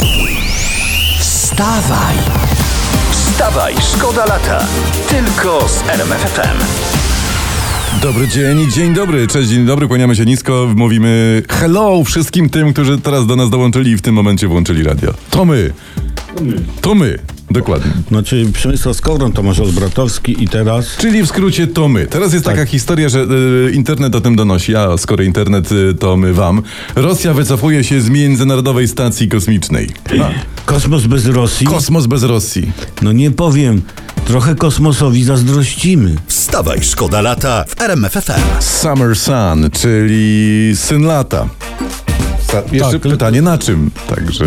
Wstawaj! Wstawaj, szkoda lata. Tylko z RMF FM. Dobry dzień dobry, cześć, dzień dobry, kłaniamy się nisko, mówimy hello wszystkim tym, którzy teraz do nas dołączyli i w tym momencie włączyli radio. To my, dokładnie. Znaczy Przemysław Skowron, Tomasz Olbratowski i teraz... Czyli w skrócie to my. Teraz jest taka historia, że internet o tym donosi, a skoro internet to my wam. Rosja wycofuje się z Międzynarodowej Stacji Kosmicznej. Kosmos bez Rosji? Kosmos bez Rosji. No nie powiem, trochę kosmosowi zazdrościmy. Wstawaj, szkoda lata w RMF FM. Summer Sun, czyli syn lata. Jeszcze pytanie na czym? Także.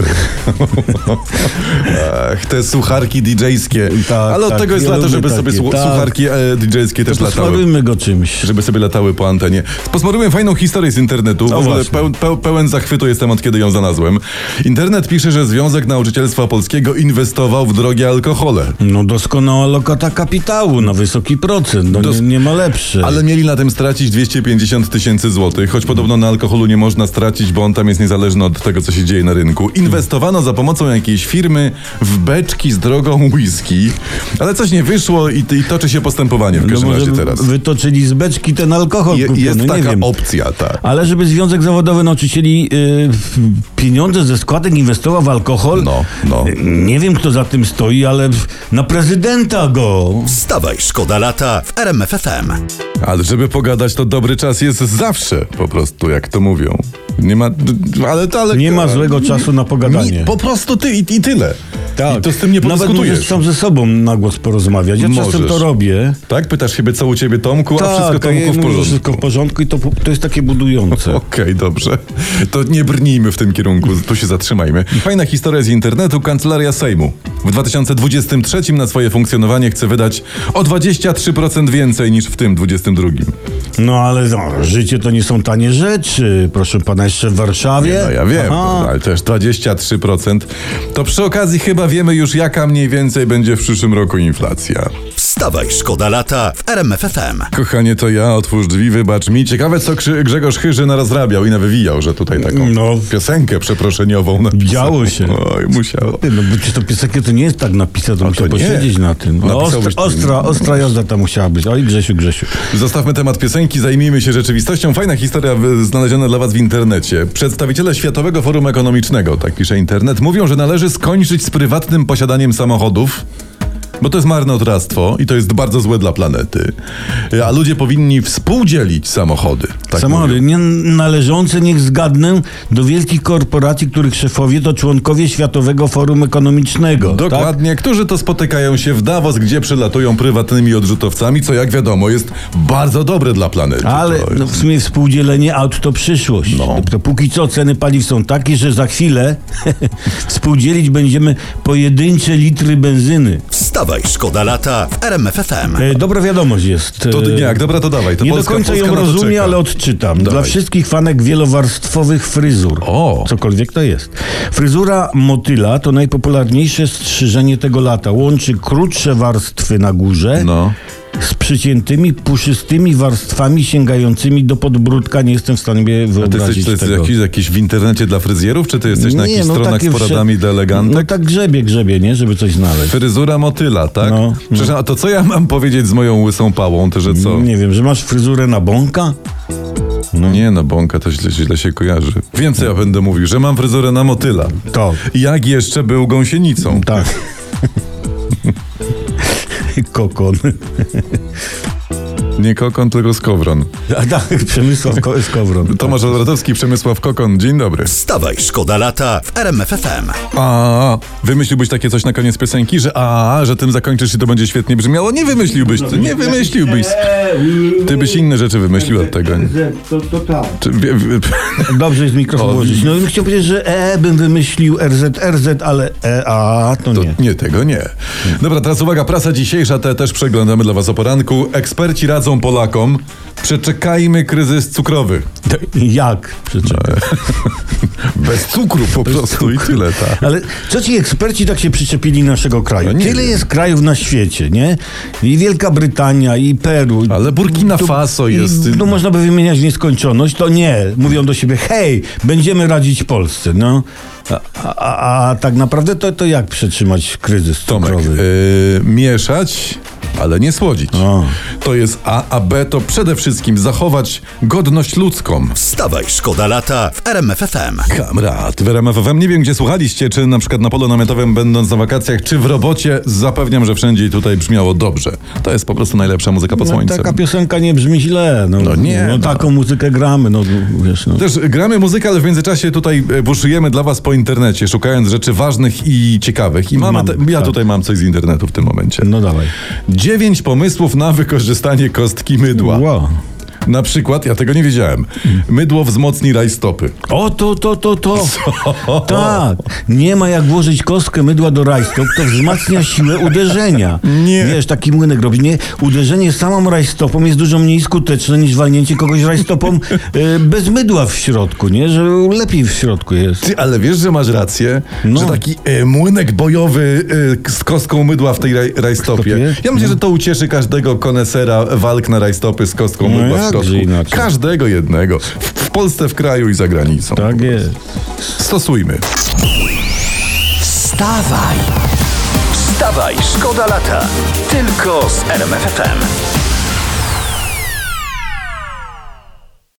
Te słucharki DJ-skie. Ale od tego jest lato, żeby sobie słucharki DJ-skie też latały. Posmarujmy go czymś. Żeby sobie latały po antenie. Posmarujmy fajną historię z internetu. W ogóle pełen zachwytu jestem, od kiedy ją znalazłem. Internet pisze, że Związek Nauczycielstwa Polskiego inwestował w drogie alkohole. No doskonała lokata kapitału na wysoki procent. No nie ma lepszej. Ale mieli na tym stracić 250 000 złotych, choć podobno na alkoholu nie można stracić, bo on tam jest niezależny od tego, co się dzieje na rynku. Inwestowano za pomocą jakiejś firmy w beczki z drogą whisky, ale coś nie wyszło i toczy się postępowanie w każdym razie teraz. Wytoczyli z beczki ten alkohol. Jest taka opcja, tak. Ale żeby Związek Zawodowy Nauczycieli pieniądze ze składek inwestował w alkohol, no. Nie wiem, kto za tym stoi, ale na prezydenta go. Wstawaj, szkoda lata w RMF FM. Ale żeby pogadać, to dobry czas jest zawsze, po prostu, jak to mówią. Nie ma, nie ma złego czasu na pogadanie. Po prostu ty i tyle. Tak. I to z tym nie podyskutujesz. Nawet możesz sam ze sobą na głos porozmawiać. Ja czasem to robię. Tak? Pytasz siebie, co u ciebie, Tomku, a wszystko, Tomku, w porządku. Wszystko w porządku i to jest takie budujące. Okej, dobrze. To nie brnijmy w tym kierunku, tu się zatrzymajmy. Fajna historia z internetu. Kancelaria Sejmu w 2023 na swoje funkcjonowanie chce wydać o 23% więcej niż w tym 22. No ale życie to nie są tanie rzeczy. Proszę pana, jeszcze w Warszawie. No ja wiem, ale też 23%. To przy okazji chyba wiemy już, jaka mniej więcej będzie w przyszłym roku inflacja. Wstawaj, szkoda lata w RMF FM. Kochanie, to ja, otwórz drzwi, wybacz mi. Ciekawe, co Grzegorz Chyży narazrabiał i nawywijał, że tutaj taką piosenkę przeproszeniową napisał. Działo się. Oj, musiało. No bo to piosenkę to nie jest tak napisane, to musiał posiedzieć na tym. Ostra jazda tam musiała być. Oj, Grzesiu. Zostawmy temat piosenki, zajmijmy się rzeczywistością. Fajna historia znaleziona dla was w internecie. Przedstawiciele Światowego Forum Ekonomicznego, tak pisze internet, mówią, że należy skończyć z prywatnym posiadaniem samochodów, bo to jest marnotrawstwo i to jest bardzo złe dla planety. A ludzie powinni współdzielić samochody. Tak samochody nie należące, niech zgadnę, do wielkich korporacji, których szefowie to członkowie Światowego Forum Ekonomicznego. Dokładnie, tak? Którzy to spotykają się w Davos, gdzie przylatują prywatnymi odrzutowcami, co jak wiadomo jest bardzo dobre dla planety. Ale w sumie współdzielenie aut to przyszłość. To póki co ceny paliw są takie, że za chwilę współdzielić będziemy pojedyncze litry benzyny. Wstawaj, szkoda lata w RMF FM. Dobra wiadomość jest. To jak? Dobra, to dawaj. To nie do końca ją rozumiem, ale odczytam. Dawaj. Dla wszystkich fanek wielowarstwowych fryzur. Cokolwiek to jest. Fryzura motyla to najpopularniejsze strzyżenie tego lata. Łączy krótsze warstwy na górze z przyciętymi, puszystymi warstwami sięgającymi do podbródka. Nie jestem w stanie wyobrazić tego. To jest jakiś w internecie dla fryzjerów? Czy ty jesteś na jakichś stronach z poradami dla elegantek? No tak grzebie, nie? Żeby coś znaleźć. Fryzura motyla, tak? A to co ja mam powiedzieć z moją łysą pałą? To, że co? Nie wiem, że masz fryzurę na bąka? Nie, bąka to źle się kojarzy. Więcej ja będę mówił, że mam fryzurę na motyla. Tak. Jak jeszcze był gąsienicą. Tak. Kokon. Nie Kokon, tylko Skowron. Tak, Przemysław Skowron. Tomasz Olbratowski, Przemysław Kokon. Dzień dobry. Wstawaj, szkoda lata w RMF FM. Wymyśliłbyś takie coś na koniec piosenki, że tym zakończysz i to będzie świetnie brzmiało? Nie wymyśliłbyś. Nie wymyśliłbyś. Ty byś inne rzeczy wymyślił od tego. To tak. Dobrze jest mikrofon włożyć. No bym chciał powiedzieć, że bym wymyślił RZ, ale to nie. Nie, tego nie. Dobra, teraz uwaga, prasa dzisiejsza, też przeglądamy dla was o poranku. Eksperci radzą radzą Polakom. Przeczekajmy kryzys cukrowy. Jak przeczekać? Bez cukru po prostu i tyle, tak. Ale co ci eksperci tak się przyczepili naszego kraju? No nie Tyle wiem. jest krajów na świecie, nie? I Wielka Brytania, i Peru. Ale Burkina Faso jest... No można by wymieniać nieskończoność, to nie. Mówią do siebie, hej, będziemy radzić Polsce, no. A tak naprawdę to jak przetrzymać kryzys Tomek, cukrowy? mieszać, ale nie słodzić. O. To jest A B to przede wszystkim zachować godność ludzką. Wstawaj, szkoda lata w RMF FM. Kamrat, w RMF FM. Nie wiem, gdzie słuchaliście, czy na przykład na polu namiotowym będąc na wakacjach, czy w robocie. Zapewniam, że wszędzie i tutaj brzmiało dobrze. To jest po prostu najlepsza muzyka pod słońcem. Taka piosenka nie brzmi źle. No nie, no. Taką muzykę gramy, no wiesz, no. Też gramy muzykę, ale w międzyczasie tutaj buszujemy dla was po internecie, szukając rzeczy ważnych i ciekawych. I ja tutaj mam coś z internetu w tym momencie. No dawaj. 9 pomysłów na wykorzystanie kostki mydła. Wow. Na przykład, ja tego nie wiedziałem, mydło wzmocni rajstopy. O, to. Tak. Nie ma jak włożyć kostkę mydła do rajstop, to wzmacnia siłę uderzenia. Nie. Wiesz, taki młynek robi. Nie, uderzenie samą rajstopą jest dużo mniej skuteczne niż walnięcie kogoś rajstopą bez mydła w środku, nie? Że lepiej w środku jest. Ty, ale wiesz, że masz rację, No. że taki młynek bojowy z kostką mydła w tej rajstopie. Ja myślę, że to ucieszy każdego konesera walk na rajstopy z kostką mydła w środku. inaczej. Każdego jednego. W Polsce, w kraju i za granicą. Tak jest. Stosujmy. Wstawaj, szkoda lata. Tylko z RMF FM.